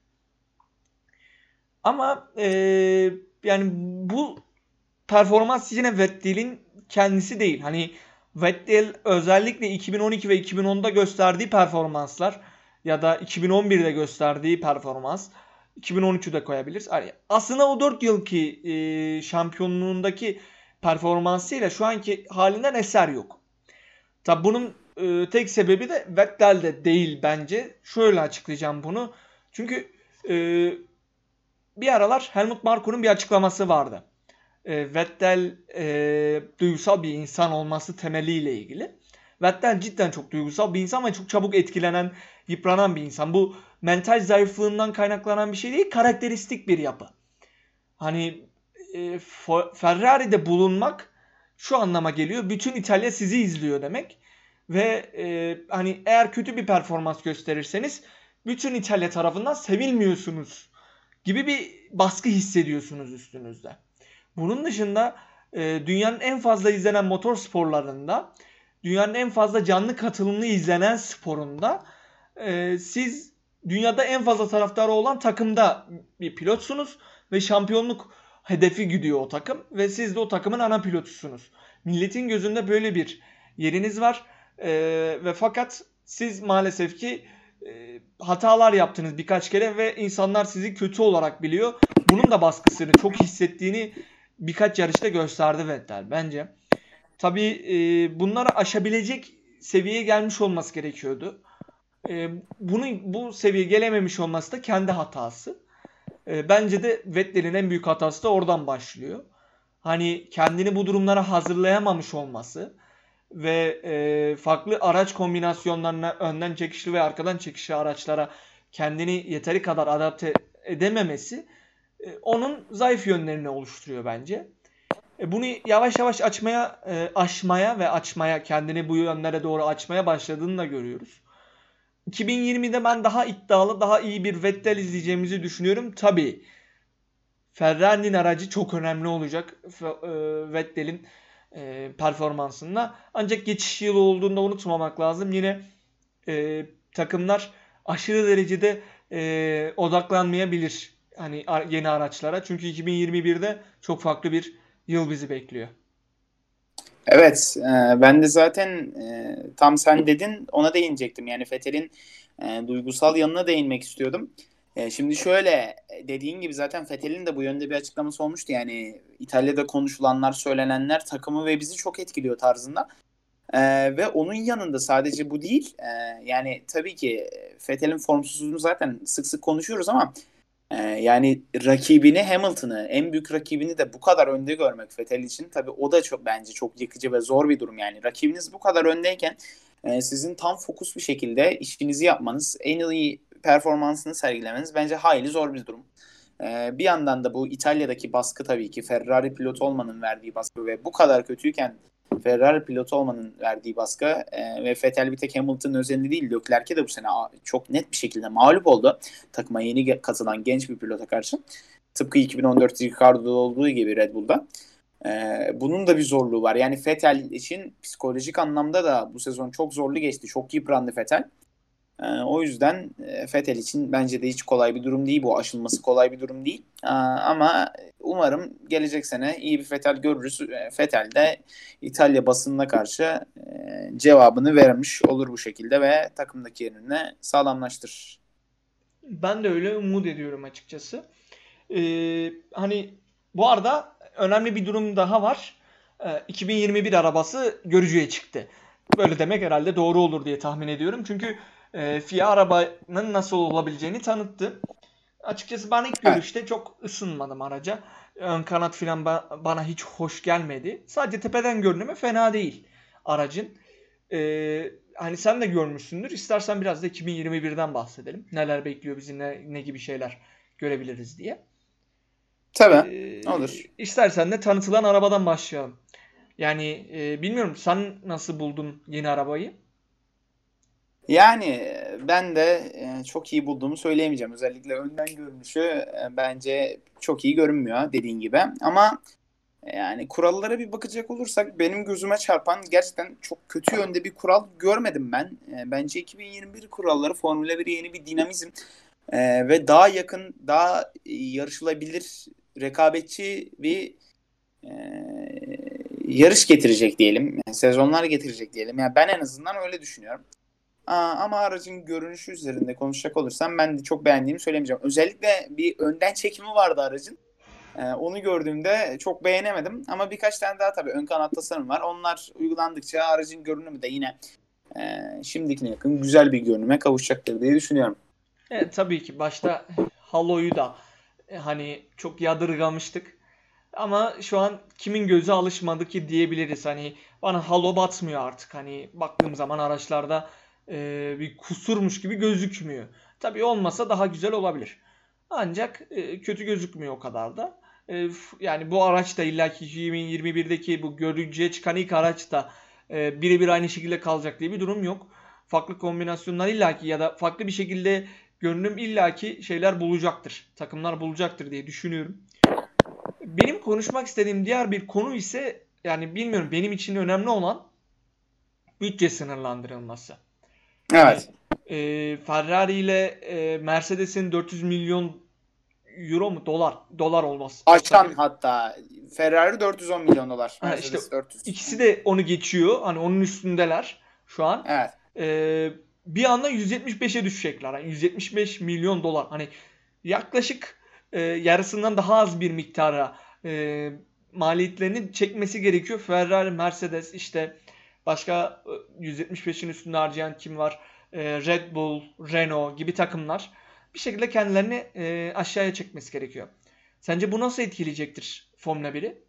Ama yani bu performans yine Vettel'in kendisi değil. Hani Vettel özellikle 2012 ve 2010'da gösterdiği performanslar ya da 2011'de gösterdiği performans, 2013'ü de koyabiliriz. Yani aslında o 4 yılki şampiyonluğundaki performansıyla şu anki halinden eser yok. Tabi bunun tek sebebi de Vettel'de değil bence. Şöyle açıklayacağım bunu. Çünkü bir aralar Helmut Marko'nun bir açıklaması vardı. Vettel duygusal bir insan olması temeliyle ilgili. Vettel cidden çok duygusal bir insan ve çok çabuk etkilenen, yıpranan bir insan. Bu mental zayıflığından kaynaklanan bir şey değil, karakteristik bir yapı. Hani Ferrari'de bulunmak şu anlama geliyor: bütün İtalya sizi izliyor demek. Ve hani eğer kötü bir performans gösterirseniz bütün İtalya tarafından sevilmiyorsunuz gibi bir baskı hissediyorsunuz üstünüzde. Bunun dışında dünyanın en fazla izlenen motor sporlarında, dünyanın en fazla canlı katılımlı izlenen sporunda siz dünyada en fazla taraftarı olan takımda bir pilotsunuz ve şampiyonluk hedefi gidiyor o takım ve siz de o takımın ana pilotusunuz. Milletin gözünde böyle bir yeriniz var ve fakat siz maalesef ki hatalar yaptınız birkaç kere ve insanlar sizi kötü olarak biliyor. Bunun da baskısını çok hissettiğini birkaç yarışta gösterdi Vettel bence. Tabii bunları aşabilecek seviyeye gelmiş olması gerekiyordu. Bu seviyeye gelememiş olması da kendi hatası. Bence de Vettel'in en büyük hatası da oradan başlıyor. Hani kendini bu durumlara hazırlayamamış olması ve farklı araç kombinasyonlarına, önden çekişli ve arkadan çekişli araçlara kendini yeteri kadar adapte edememesi onun zayıf yönlerini oluşturuyor bence. Bunu yavaş yavaş aşmaya, kendini bu yönlere doğru açmaya başladığını da görüyoruz. 2020'de ben daha iddialı, daha iyi bir Vettel izleyeceğimizi düşünüyorum. Tabii Ferrari'nin aracı çok önemli olacak Vettel'in performansında. Ancak geçiş yılı olduğunda unutmamak lazım. Yine takımlar aşırı derecede odaklanmayabilir hani yeni araçlara. Çünkü 2021'de çok farklı bir yıl bizi bekliyor. Evet, ben de zaten tam sen dedin ona değinecektim. Yani Vettel'in duygusal yanına değinmek istiyordum. Şimdi şöyle dediğin gibi zaten Vettel'in de bu yönde bir açıklaması olmuştu. Yani İtalya'da konuşulanlar, söylenenler takımı ve bizi çok etkiliyor tarzında. Ve onun yanında sadece bu değil. Yani tabii ki Vettel'in formsuzluğunu zaten sık sık konuşuyoruz ama yani rakibini Hamilton'ı, en büyük rakibini de bu kadar önde görmek Vettel için tabii o da çok bence çok yıkıcı ve zor bir durum yani. Rakibiniz bu kadar öndeyken sizin tam fokus bir şekilde işinizi yapmanız, en iyi performansını sergilemeniz bence hayli zor bir durum. Bir yandan da bu İtalya'daki baskı tabii ki Ferrari pilot olmanın verdiği baskı ve bu kadar kötüyken Ferrari pilot olmanın verdiği baskı ve Vettel bir tek Hamilton'ın özelliği değil, Leclerc'e de bu sene çok net bir şekilde mağlup oldu. Takıma yeni katılan genç bir pilota karşı. Tıpkı 2014 Ricardo'da olduğu gibi Red Bull'da. Bunun da bir zorluğu var. Yani Vettel için psikolojik anlamda da bu sezon çok zorlu geçti. Çok yıprandı Vettel. O yüzden Vettel için bence de hiç kolay bir durum değil bu. Aşılması kolay bir durum değil. Ama umarım gelecek sene iyi bir Vettel görürüz. Vettel de İtalya basınına karşı cevabını vermiş olur bu şekilde ve takımdaki yerini sağlamlaştırır. Ben de öyle umut ediyorum açıkçası. Hani bu arada önemli bir durum daha var. 2021 arabası görücüye çıktı. Böyle demek herhalde doğru olur diye tahmin ediyorum. Çünkü FIA arabanın nasıl olabileceğini tanıttı. Açıkçası ben ilk Evet. görüşte çok ısınmadım araca. Ön kanat falan bana hiç hoş gelmedi. Sadece tepeden görünümü fena değil aracın. Hani sen de görmüşsündür. İstersen biraz da 2021'den bahsedelim. Neler bekliyor bizi, ne gibi şeyler görebiliriz diye. Tabii. Olur. İstersen de tanıtılan arabadan başlayalım. Yani bilmiyorum, sen nasıl buldun yeni arabayı? Yani ben de çok iyi bulduğumu söyleyemeyeceğim. Özellikle önden görünüşü bence çok iyi görünmüyor dediğin gibi. Ama yani kurallara bir bakacak olursak benim gözüme çarpan gerçekten çok kötü yönde bir kural görmedim ben. Bence 2021 kuralları Formula 1'e yeni bir dinamizm ve daha yakın, daha yarışılabilir, rekabetçi bir e, yarış getirecek diyelim. Yani sezonlar getirecek diyelim. Yani ben en azından öyle düşünüyorum. Ama aracın görünüşü üzerinde konuşacak olursam ben de çok beğendiğimi söylemeyeceğim. Özellikle bir önden çekimi vardı aracın. Onu gördüğümde çok beğenemedim. Ama birkaç tane daha tabii ön kanat tasarım var. Onlar uygulandıkça aracın görünümü de yine şimdikine yakın güzel bir görünüme kavuşacaktır diye düşünüyorum. Evet, tabii ki başta Halo'yu da hani çok yadırgamıştık. Ama şu an kimin gözü alışmadı ki diyebiliriz. Hani bana halo batmıyor artık. Hani baktığım zaman araçlarda bir kusurmuş gibi gözükmüyor. Tabii olmasa daha güzel olabilir. Ancak kötü gözükmüyor o kadar da. Yani bu araç da illaki 2021'deki bu görücüye çıkan ilk araç da birebir aynı şekilde kalacak diye bir durum yok. Farklı kombinasyonlar illaki ya da farklı bir şekilde görünüm illaki şeyler bulacaktır. Takımlar bulacaktır diye düşünüyorum. Benim konuşmak istediğim diğer bir konu ise, yani bilmiyorum, benim için önemli olan bütçe sınırlandırılması. Hani Evet. Ferrari ile Mercedes'in 400 milyon euro mu dolar olması olsa Aşan gerek. hatta Ferrari 410 milyon dolar. Ha, işte Mercedes 400. ikisi de onu geçiyor. Hani onun üstündeler şu an. Evet. Bir anda 175'e düşecekler. Yani 175 milyon dolar. Hani yaklaşık yarısından daha az bir miktara maliyetlerini çekmesi gerekiyor. Ferrari, Mercedes, işte başka 175'in üstünde harcayan kim var? Red Bull, Renault gibi takımlar. bir şekilde kendilerini aşağıya çekmesi gerekiyor. Sence bu nasıl etkileyecektir Formula 1'i?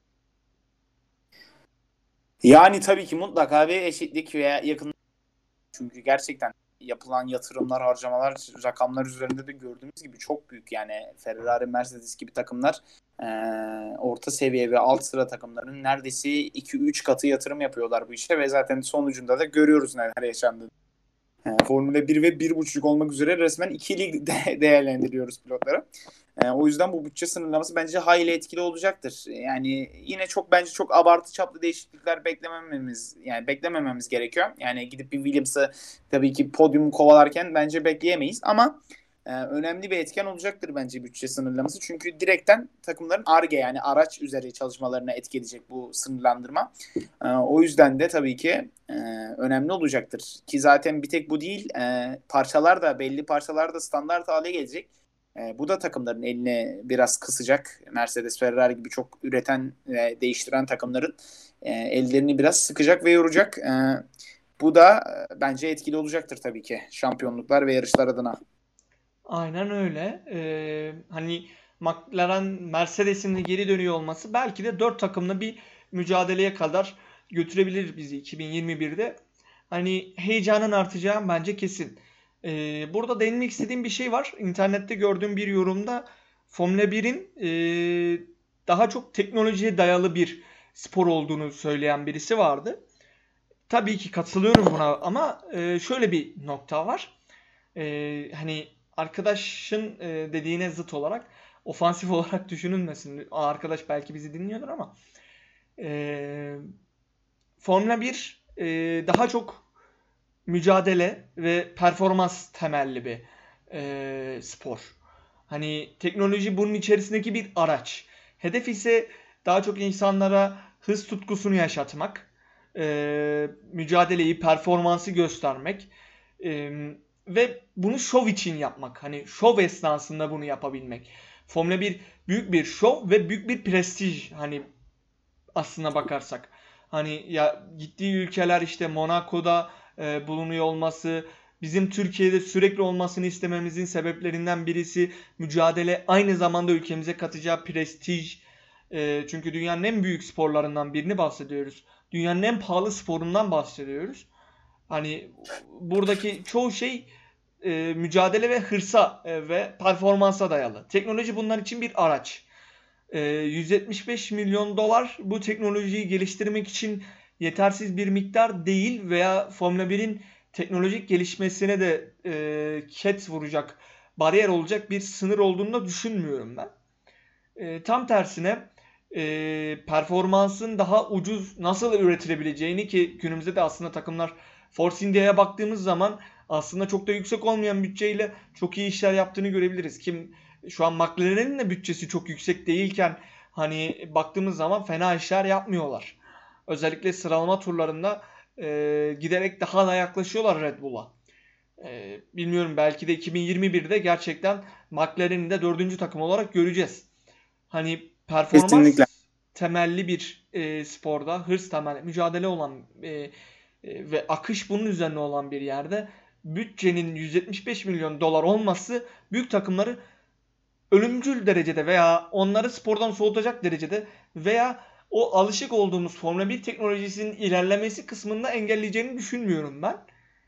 Yani tabii ki mutlaka bir eşitlik ve yakın, çünkü gerçekten yapılan yatırımlar, harcamalar, rakamlar üzerinde de gördüğümüz gibi çok büyük. Yani Ferrari, Mercedes gibi takımlar orta seviye ve alt sıra takımların neredeyse 2-3 katı yatırım yapıyorlar bu işe ve zaten sonucunda da görüyoruz neler yaşandığını. Formula 1 ve 1.5 olmak üzere resmen ikili değerlendiriyoruz pilotları. O yüzden bu bütçe sınırlaması bence hayli etkili olacaktır. Yani yine bence çok abartı çaplı değişiklikler beklemememiz gerekiyor. Yani gidip bir Williams'ı tabii ki podyum kovalarken bence bekleyemeyiz ama önemli bir etken olacaktır bence bütçe sınırlaması. Çünkü direkten takımların Ar-Ge, yani araç üzeri çalışmalarına etki edecek bu sınırlandırma. O yüzden de tabii ki önemli olacaktır. Ki zaten bir tek bu değil, belli parçalar da standart hale gelecek. Bu da takımların eline biraz kısacak. Mercedes, Ferrari gibi çok üreten ve değiştiren takımların ellerini biraz sıkacak ve yoracak. Bu da bence etkili olacaktır tabii ki şampiyonluklar ve yarışlar adına. Aynen öyle. Hani McLaren Mercedes'in de geri dönüyor olması belki de 4 takımla bir mücadeleye kadar götürebilir bizi 2021'de. Hani heyecanın artacağı bence kesin. Burada değinmek istediğim bir şey var. İnternette gördüğüm bir yorumda Formula 1'in daha çok teknolojiye dayalı bir spor olduğunu söyleyen birisi vardı. Tabii ki katılıyorum buna ama şöyle bir nokta var. Hani arkadaşın dediğine zıt olarak ofansif olarak düşünülmesin. Arkadaş belki bizi dinliyordur ama Formula 1 daha çok mücadele ve performans temelli bir spor. Hani teknoloji bunun içerisindeki bir araç. Hedef ise daha çok insanlara hız tutkusunu yaşatmak, mücadeleyi, performansı göstermek ve bunu şov için yapmak. Hani şov esnasında bunu yapabilmek. Formula 1 büyük bir şov ve büyük bir prestij. Hani aslına bakarsak. Hani ya gittiği ülkeler işte Monaco'da bulunuyor olması, bizim Türkiye'de sürekli olmasını istememizin sebeplerinden birisi mücadele, aynı zamanda ülkemize katacağı prestij. Çünkü dünyanın en büyük sporlarından birini bahsediyoruz. Dünyanın en pahalı sporundan bahsediyoruz. Hani buradaki çoğu şey mücadele ve hırsa ve performansa dayalı. Teknoloji bunlar için bir araç. 175 milyon dolar bu teknolojiyi geliştirmek için yetersiz bir miktar değil veya Formula 1'in teknolojik gelişmesine de ket vuracak, bariyer olacak bir sınır olduğunu da düşünmüyorum ben. Tam tersine performansın daha ucuz nasıl üretilebileceğini, ki günümüzde de aslında takımlar Force India'ya baktığımız zaman aslında çok da yüksek olmayan bütçeyle çok iyi işler yaptığını görebiliriz. Şu an McLaren'in de bütçesi çok yüksek değilken hani baktığımız zaman fena işler yapmıyorlar. Özellikle sıralama turlarında giderek daha da yaklaşıyorlar Red Bull'a. Bilmiyorum, belki de 2021'de gerçekten McLaren'i de 4. takım olarak göreceğiz. Hani Kesinlikle. performans temelli bir sporda, hırs temelli mücadele olan ve akış bunun üzerine olan bir yerde bütçenin 175 milyon dolar olması büyük takımları ölümcül derecede veya onları spordan soğutacak derecede veya o alışık olduğumuz Formula 1 teknolojisinin ilerlemesi kısmında engelleyeceğini düşünmüyorum ben.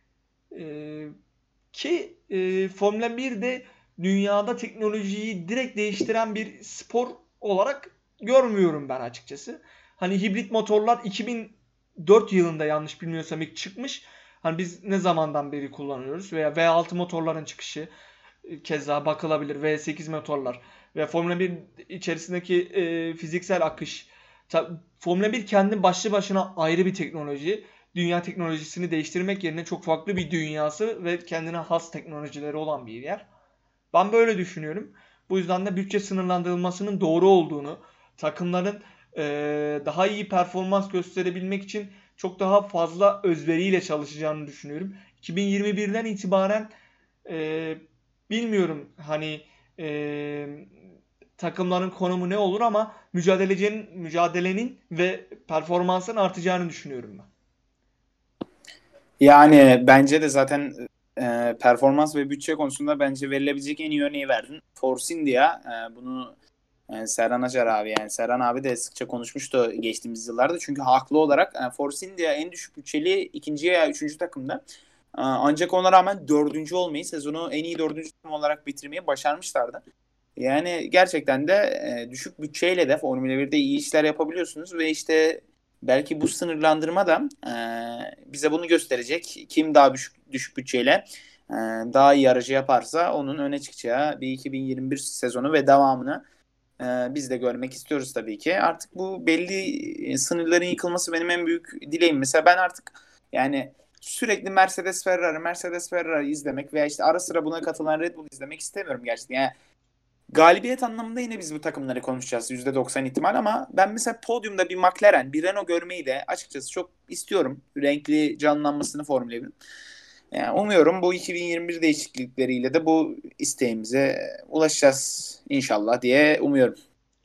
Ki Formula 1 de dünyada teknolojiyi direkt değiştiren bir spor olarak görmüyorum ben açıkçası. Hani hibrit motorlar 2004 yılında yanlış bilmiyorsam ilk çıkmış. Hani biz ne zamandan beri kullanıyoruz veya V6 motorların çıkışı keza bakılabilir. V8 motorlar ve Formula 1 içerisindeki fiziksel akış. Formula 1 kendi başlı başına ayrı bir teknoloji. Dünya teknolojisini değiştirmek yerine çok farklı bir dünyası ve kendine has teknolojileri olan bir yer. Ben böyle düşünüyorum. Bu yüzden de bütçe sınırlandırılmasının doğru olduğunu, takımların daha iyi performans gösterebilmek için çok daha fazla özveriyle çalışacağını düşünüyorum. 2021'den itibaren bilmiyorum hani takımların konumu ne olur ama mücadelenin ve performansın artacağını düşünüyorum ben. Yani bence de zaten performans ve bütçe konusunda bence verilebilecek en iyi örneği verdin. Force India bunu Serhan Acar abi, yani Serhan abi de sıkça konuşmuştu geçtiğimiz yıllarda. Çünkü haklı olarak Force India en düşük bütçeli ikinci ya üçüncü takımda. Ancak ona rağmen dördüncü olmayı, sezonu en iyi dördüncü takım olarak bitirmeyi başarmışlardı. Yani gerçekten de düşük bütçeyle de Formula 1'de iyi işler yapabiliyorsunuz ve işte belki bu sınırlandırma da bize bunu gösterecek. Kim daha düşük bütçeyle daha iyi aracı yaparsa onun öne çıkacağı bir 2021 sezonu ve devamını biz de görmek istiyoruz tabii ki. Artık bu belli sınırların yıkılması benim en büyük dileğim. Mesela ben artık yani sürekli Mercedes Ferrari izlemek veya işte ara sıra buna katılan Red Bull izlemek istemiyorum gerçekten. Yani galibiyet anlamında yine biz bu takımları konuşacağız %90 ihtimal, ama ben mesela podyumda bir McLaren, bir Renault görmeyi de açıkçası çok istiyorum. Renkli canlanmasını Formula 1'in. Yani umuyorum bu 2021 değişiklikleriyle de bu isteğimize ulaşacağız inşallah diye umuyorum.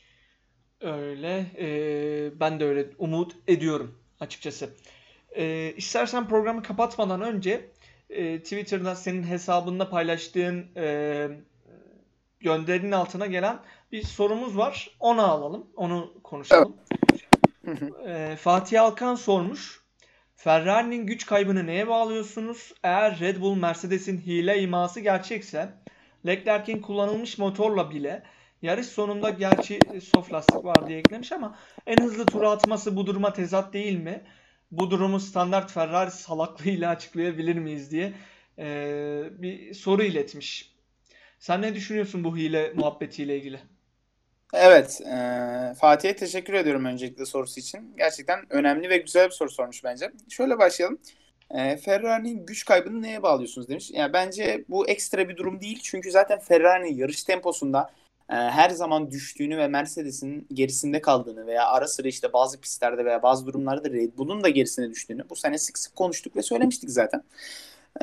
Öyle. Ben de öyle umut ediyorum açıkçası. İstersen programı kapatmadan önce Twitter'da senin hesabında paylaştığın gönderinin altına gelen bir sorumuz var. Onu alalım. Onu Evet. konuşalım. Fatih Alkan sormuş. Ferrari'nin güç kaybını neye bağlıyorsunuz? Eğer Red Bull Mercedes'in hile iması gerçekse Leclerc'in kullanılmış motorla bile yarış sonunda, gerçi soft lastik var diye eklemiş ama, en hızlı tura atması bu duruma tezat değil mi? Bu durumu standart Ferrari salaklığıyla açıklayabilir miyiz diye bir soru iletmiş. Sen ne düşünüyorsun bu hile muhabbetiyle ilgili? Evet, Fatih'e teşekkür ediyorum öncelikle sorusu için. Gerçekten önemli ve güzel bir soru sormuş bence. Şöyle başlayalım. Ferrari'nin güç kaybını neye bağlıyorsunuz demiş. Yani bence bu ekstra bir durum değil. Çünkü zaten Ferrari'nin yarış temposunda her zaman düştüğünü ve Mercedes'in gerisinde kaldığını veya ara sıra işte bazı pistlerde veya bazı durumlarda Red Bull'un da gerisine düştüğünü bu sene sık sık konuştuk ve söylemiştik zaten. Ee,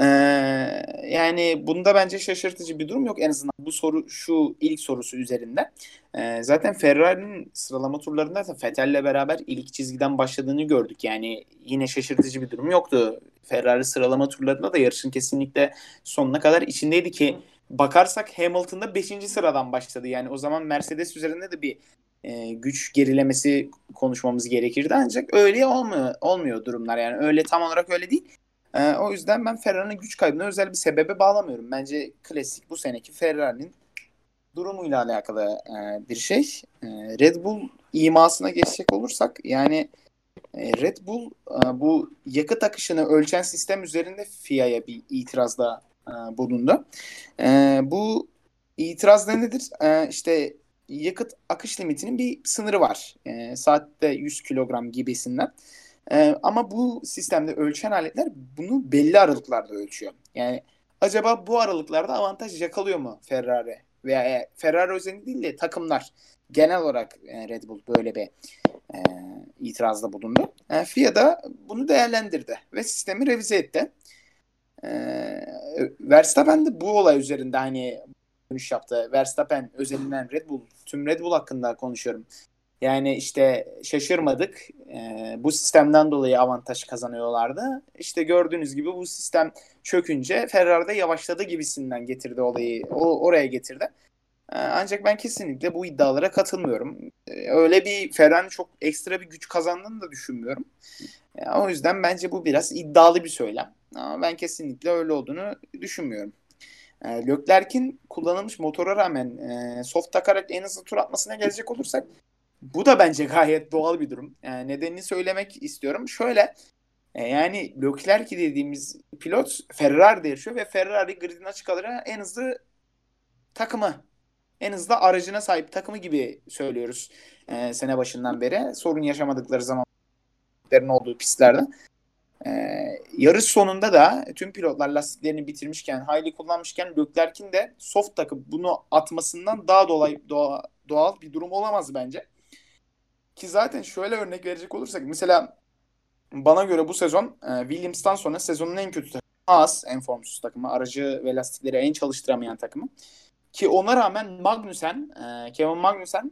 Yani bunda bence şaşırtıcı bir durum yok, en azından bu soru, şu ilk sorusu üzerinde. Zaten Ferrari'nin sıralama turlarında da Vettel'le beraber ilk çizgiden başladığını gördük. Yani yine şaşırtıcı bir durum yoktu. Ferrari sıralama turlarında da yarışın kesinlikle sonuna kadar içindeydi ki bakarsak Hamilton'da 5. sıradan başladı. Yani o zaman Mercedes üzerinde de bir güç gerilemesi konuşmamız gerekirdi, ancak öyle olmuyor durumlar, yani öyle tam olarak öyle değil. O yüzden ben Ferrari'nin güç kaybını özel bir sebebe bağlamıyorum. Bence klasik bu seneki Ferrari'nin durumuyla alakalı bir şey. Red Bull imasına geçecek olursak, yani Red Bull bu yakıt akışını ölçen sistem üzerinde FIA'ya bir itirazda bulundu. Bu itiraz da nedir? İşte yakıt akış limitinin bir sınırı var. Saatte 100 kilogram gibisinden. Ama bu sistemde ölçen aletler bunu belli aralıklarda ölçüyor. Yani acaba bu aralıklarda avantaj yakalıyor mu Ferrari? Veya Ferrari özelinde değil de takımlar genel olarak Red Bull böyle bir e, itirazda bulundu. FIA da bunu değerlendirdi ve sistemi revize etti. E, Verstappen de bu olay üzerinde hani dönüş yaptı. Verstappen özelinden tüm Red Bull hakkında konuşuyorum. Yani işte şaşırmadık. Bu sistemden dolayı avantaj kazanıyorlardı. İşte gördüğünüz gibi bu sistem çökünce Ferrari'de yavaşladı gibisinden getirdi olayı. Oraya getirdi. Ancak ben kesinlikle bu iddialara katılmıyorum. Öyle bir Ferrari çok ekstra bir güç kazandığını da düşünmüyorum. O yüzden bence bu biraz iddialı bir söylem. Ama ben kesinlikle öyle olduğunu düşünmüyorum. Leclerc'in kullanılmış motora rağmen soft takarak en hızlı tur atmasına gelecek olursak, bu da bence gayet doğal bir durum. Nedenini söylemek istiyorum. Şöyle, yani Leclerc dediğimiz pilot Ferrari'de yaşıyor ve Ferrari gridin açık ara en hızlı takımı, en hızlı aracına sahip takımı gibi söylüyoruz sene başından beri. Sorun yaşamadıkları zamanların olduğu pistlerde. Yarış sonunda da tüm pilotlar lastiklerini bitirmişken, hayli kullanmışken Leclerc'in de soft takıp bunu atmasından daha doğal bir durum olamaz bence. Ki zaten şöyle örnek verecek olursak, mesela bana göre bu sezon Williams'tan sonra sezonun en kötü takımı. Haas en formsuz takımı. Aracı ve lastikleri en çalıştıramayan takımı. Ki ona rağmen Kevin Magnussen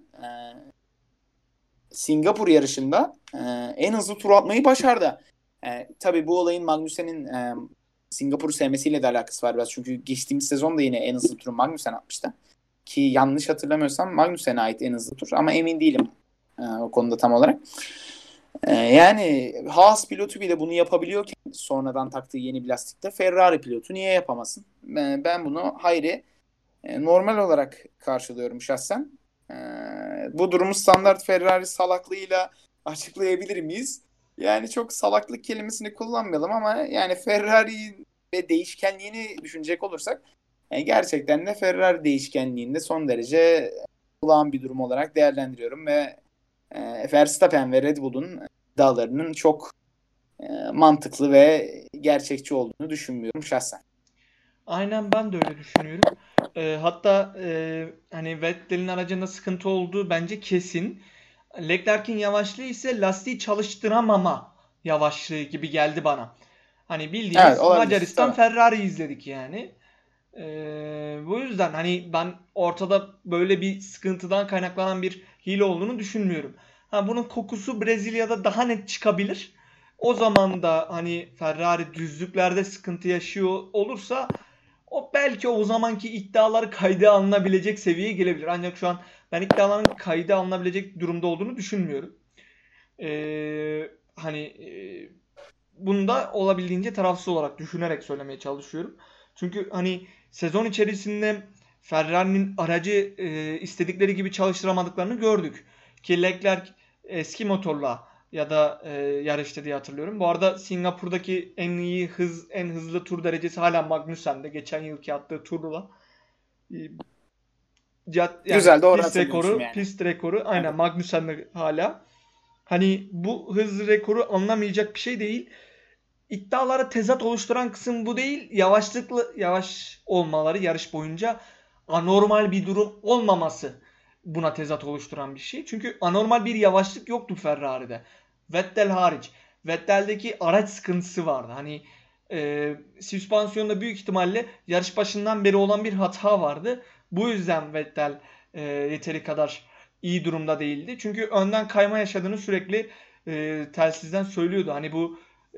Singapur yarışında en hızlı tur atmayı başardı. Tabii bu olayın Magnussen'in Singapur'u sevmesiyle de alakası var biraz. Çünkü geçtiğimiz sezon da yine en hızlı turu Magnussen atmıştı. Ki yanlış hatırlamıyorsam Magnussen'e ait en hızlı tur. Ama emin değilim o konuda tam olarak. Yani Haas pilotu bile bunu yapabiliyorken sonradan taktığı yeni bir lastikte Ferrari pilotu niye yapamasın? Ben bunu hayri normal olarak karşılıyorum şahsen. Bu durumu standart Ferrari salaklığıyla açıklayabilir miyiz? Yani çok salaklık kelimesini kullanmayalım ama yani Ferrari ve değişkenliğini düşünecek olursak gerçekten de Ferrari değişkenliğinde son derece olağan bir durum olarak değerlendiriyorum ve Verstappen ve Red Bull'un iddialarının çok mantıklı ve gerçekçi olduğunu düşünmüyorum şahsen. Aynen ben de öyle düşünüyorum. Hatta hani Vettel'in aracında sıkıntı olduğu bence kesin. Leclerc'in yavaşlığı ise lastiği çalıştıramama yavaşlığı gibi geldi bana. Hani Evet, bildiğimiz olabilir Macaristan tabii. Ferrari izledik yani. Bu yüzden hani ben ortada böyle bir sıkıntıdan kaynaklanan bir hile olduğunu düşünmüyorum. Ha, bunun kokusu Brezilya'da daha net çıkabilir. O zaman da hani Ferrari düzlüklerde sıkıntı yaşıyor olursa o belki o zamanki iddialar kayda alınabilecek seviyeye gelebilir. Ancak şu an ben iddiaların kayda alınabilecek durumda olduğunu düşünmüyorum. Hani bunu da olabildiğince tarafsız olarak düşünerek söylemeye çalışıyorum. Çünkü hani sezon içerisinde Ferrari'nin aracı istedikleri gibi çalıştıramadıklarını gördük. Ki Leclerc eski motorla ya da yarıştı diye hatırlıyorum. Bu arada Singapur'daki en iyi en hızlı tur derecesi hala Magnussen'de. Geçen yılki attığı turla. E, Yani Güzel, doğru hatırlıyormuşum yani. pist rekoru aynen Evet. Magnussen'de hala. Hani bu hız rekoru alınamayacak bir şey değil. İddialara tezat oluşturan kısım bu değil. Yavaş olmaları yarış boyunca anormal bir durum olmaması buna tezat oluşturan bir şey. Çünkü anormal bir yavaşlık yoktu Ferrari'de. Vettel hariç. Vettel'deki araç sıkıntısı vardı. Hani süspansiyonda büyük ihtimalle yarış başından beri olan bir hata vardı. Bu yüzden Vettel yeteri kadar iyi durumda değildi. Çünkü önden kayma yaşadığını sürekli telsizden söylüyordu. Hani bu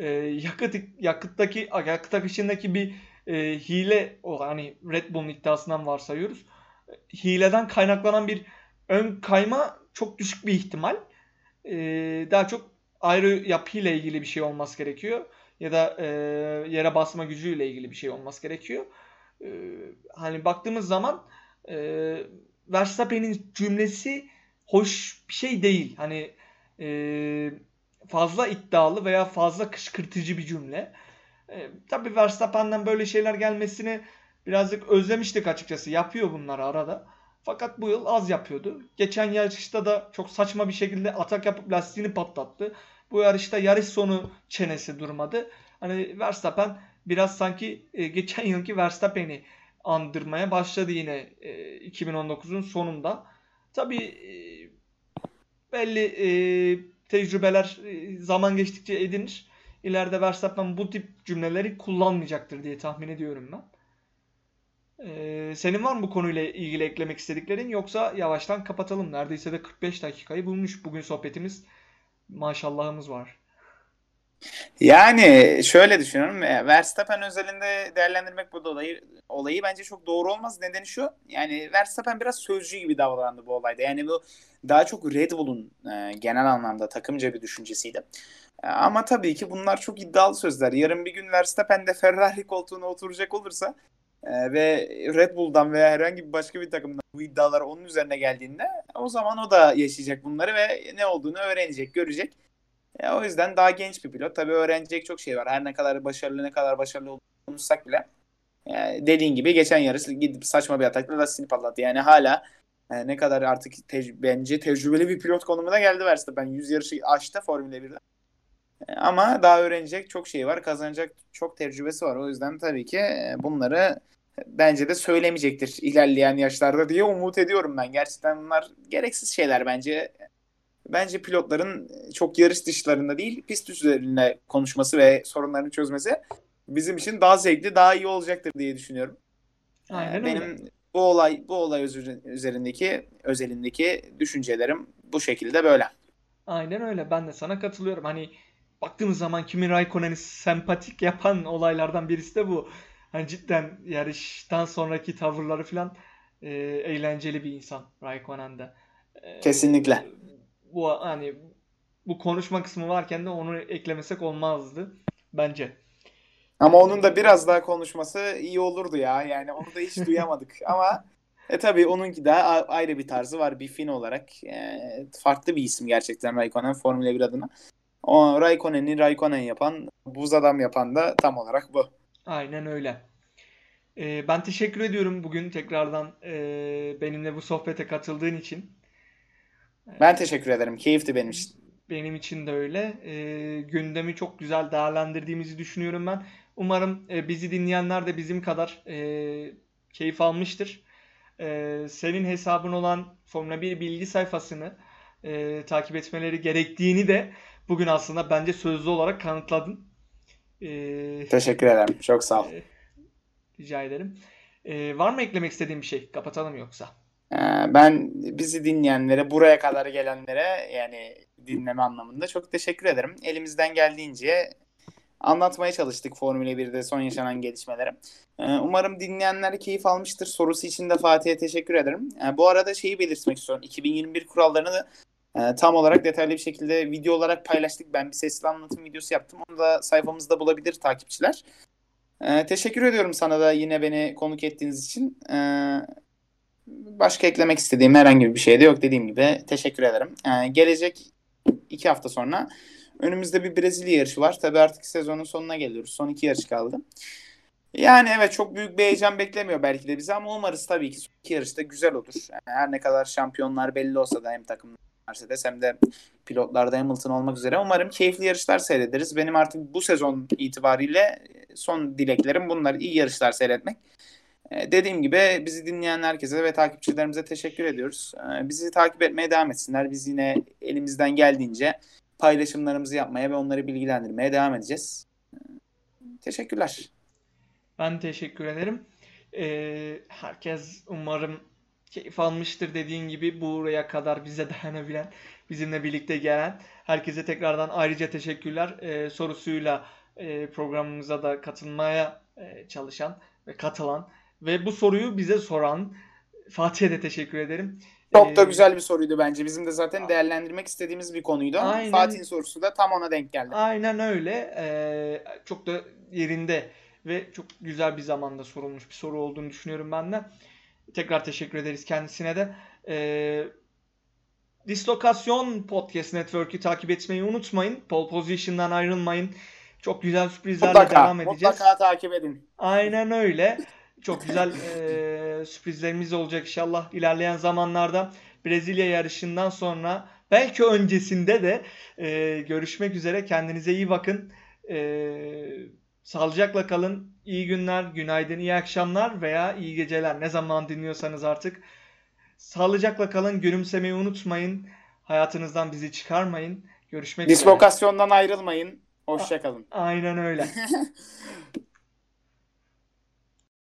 yakıt akışındaki bir hile o hani Red Bull'un iddiasından varsayıyoruz. Hileden kaynaklanan bir ön kayma çok düşük bir ihtimal. Daha çok aero yapıyla ilgili bir şey olması gerekiyor. Ya da yere basma gücüyle ilgili bir şey olması gerekiyor. E, Hani baktığımız zaman e, Verstappen'in cümlesi hoş bir şey değil. Hani e, fazla iddialı veya fazla kışkırtıcı bir cümle. Tabii Verstappen'den böyle şeyler gelmesini birazcık özlemiştik açıkçası. Yapıyor bunları arada. Fakat bu yıl az yapıyordu. Geçen yarışta da çok saçma bir şekilde atak yapıp lastiğini patlattı. Bu yarışta yarış sonu çenesi durmadı. Hani Verstappen biraz sanki geçen yılki Verstappen'i andırmaya başladı yine 2019'un sonunda. Tabii belli tecrübeler zaman geçtikçe edinir. İleride Verstappen bu tip cümleleri kullanmayacaktır diye tahmin ediyorum ben. Senin var mı bu konuyla ilgili eklemek istediklerin yoksa yavaştan kapatalım. Neredeyse de 45 dakikayı bulmuş bugün sohbetimiz. Maşallahımız var. Yani şöyle düşünüyorum. Verstappen özelinde değerlendirmek bu olayı bence çok doğru olmaz. Nedeni şu. Yani Verstappen biraz sözcü gibi davrandı bu olayda. Yani bu daha çok Red Bull'un genel anlamda takımca bir düşüncesiydi. Ama tabii ki bunlar çok iddialı sözler. Yarın bir gün Verstappen de Ferrari koltuğuna oturacak olursa ve Red Bull'dan veya herhangi bir başka bir takımdan bu iddialar onun üzerine geldiğinde o zaman o da yaşayacak bunları ve ne olduğunu öğrenecek, görecek. O yüzden daha genç bir pilot. Tabii öğrenecek çok şey var. Her ne kadar başarılı olduğunu konuşsak bile. Yani dediğin gibi geçen yarış gidip saçma bir atakla lastiğini patlattı. Yani hala ne kadar artık bence tecrübeli bir pilot konumuna geldi Verstappen. 100 yarışı aştı Formula 1'de. Ama daha öğrenecek çok şey var. Kazanacak çok tecrübesi var. O yüzden tabii ki bunları bence de söylemeyecektir ilerleyen yaşlarda diye umut ediyorum ben. Gerçekten bunlar gereksiz şeyler bence. Bence pilotların çok yarış dışlarında değil, pist üzerinde konuşması ve sorunlarını çözmesi bizim için daha zevkli, daha iyi olacaktır diye düşünüyorum. Aynen öyle. Benim bu olay özelindeki düşüncelerim bu şekilde böyle. Aynen öyle. Ben de sana katılıyorum. Hani baktığımız zaman Kimi Raikkonen'i sempatik yapan olaylardan birisi de bu. Hani cidden yarıştan sonraki tavırları falan eğlenceli bir insan Raikkonen'de. Kesinlikle. Bu hani bu konuşma kısmı varken de onu eklemesek olmazdı bence. Ama onun da biraz daha konuşması iyi olurdu ya. Yani onu da hiç duyamadık. Ama tabii onunki de ayrı bir tarzı var. Bir Fin olarak. Farklı bir isim gerçekten Raikkonen Formula 1 adına. O Raikkonen'i Raikkonen yapan, buz adam yapan da tam olarak bu. Aynen öyle. Ben teşekkür ediyorum bugün tekrardan benimle bu sohbete katıldığın için. Ben teşekkür ederim. Keyifti benim için. Benim için de öyle. Gündemi çok güzel değerlendirdiğimizi düşünüyorum ben. Umarım bizi dinleyenler de bizim kadar keyif almıştır. Senin hesabın olan Formula 1 bilgi sayfasını takip etmeleri gerektiğini de bugün aslında bence sözlü olarak kanıtladın. Teşekkür ederim. Çok sağ ol. Rica ederim. Var mı eklemek istediğin bir şey? Kapatalım yoksa. Ben bizi dinleyenlere, buraya kadar gelenlere yani dinleme anlamında çok teşekkür ederim. Elimizden geldiğince anlatmaya çalıştık Formula 1'de son yaşanan gelişmeleri. Umarım dinleyenler keyif almıştır. Sorusu için de Fatih'e teşekkür ederim. Bu arada şeyi belirtmek istiyorum. 2021 kurallarını da tam olarak detaylı bir şekilde video olarak paylaştık. Ben bir sesli anlatım videosu yaptım. Onu da sayfamızda bulabilir takipçiler. Teşekkür ediyorum sana da yine beni konuk ettiğiniz için. Başka eklemek istediğim herhangi bir şey de yok, dediğim gibi. Teşekkür ederim. Gelecek 2 hafta sonra önümüzde bir Brezilya yarışı var. Tabii artık sezonun sonuna geliyoruz. Son 2 yarış kaldı. Yani evet, çok büyük bir heyecan beklemiyor belki de bizi ama umarız tabii ki son 2 yarışta güzel olur. Yani her ne kadar şampiyonlar belli olsa da hem takım Mercedes hem de pilotlarda Hamilton olmak üzere umarım keyifli yarışlar seyrederiz. Benim artık bu sezon itibariyle son dileklerim bunlar, iyi yarışlar seyretmek. Dediğim gibi bizi dinleyen herkese ve takipçilerimize teşekkür ediyoruz. Bizi takip etmeye devam etsinler. Biz yine elimizden geldiğince paylaşımlarımızı yapmaya ve onları bilgilendirmeye devam edeceğiz. Teşekkürler. Ben teşekkür ederim. Herkes umarım keyif almıştır, dediğin gibi buraya kadar bize dayanabilen, bizimle birlikte gelen herkese tekrardan ayrıca teşekkürler. Sorusuyla programımıza da katılmaya çalışan ve katılan ve bu soruyu bize soran Fatih'e de teşekkür ederim. Çok da güzel bir soruydu bence. Bizim de zaten değerlendirmek istediğimiz bir konuydu. Aynen. Fatih'in sorusu da tam ona denk geldi. Aynen öyle. Çok da yerinde ve çok güzel bir zamanda sorulmuş bir soru olduğunu düşünüyorum ben de. Tekrar teşekkür ederiz kendisine de. Dislokasyon Podcast Network'ü takip etmeyi unutmayın. Pole Position'dan ayrılmayın. Çok güzel sürprizlerle devam edeceğiz. Mutlaka takip edin. Aynen öyle. Çok güzel sürprizlerimiz olacak inşallah ilerleyen zamanlarda. Brezilya yarışından sonra belki öncesinde de görüşmek üzere. Kendinize iyi bakın. Sağlıcakla kalın. İyi günler, günaydın, iyi akşamlar veya iyi geceler. Ne zaman dinliyorsanız artık. Sağlıcakla kalın. Gülümsemeyi unutmayın. Hayatınızdan bizi çıkarmayın. Görüşmek üzere. Dislokasyondan ayrılmayın. Hoşça kalın. Aynen öyle.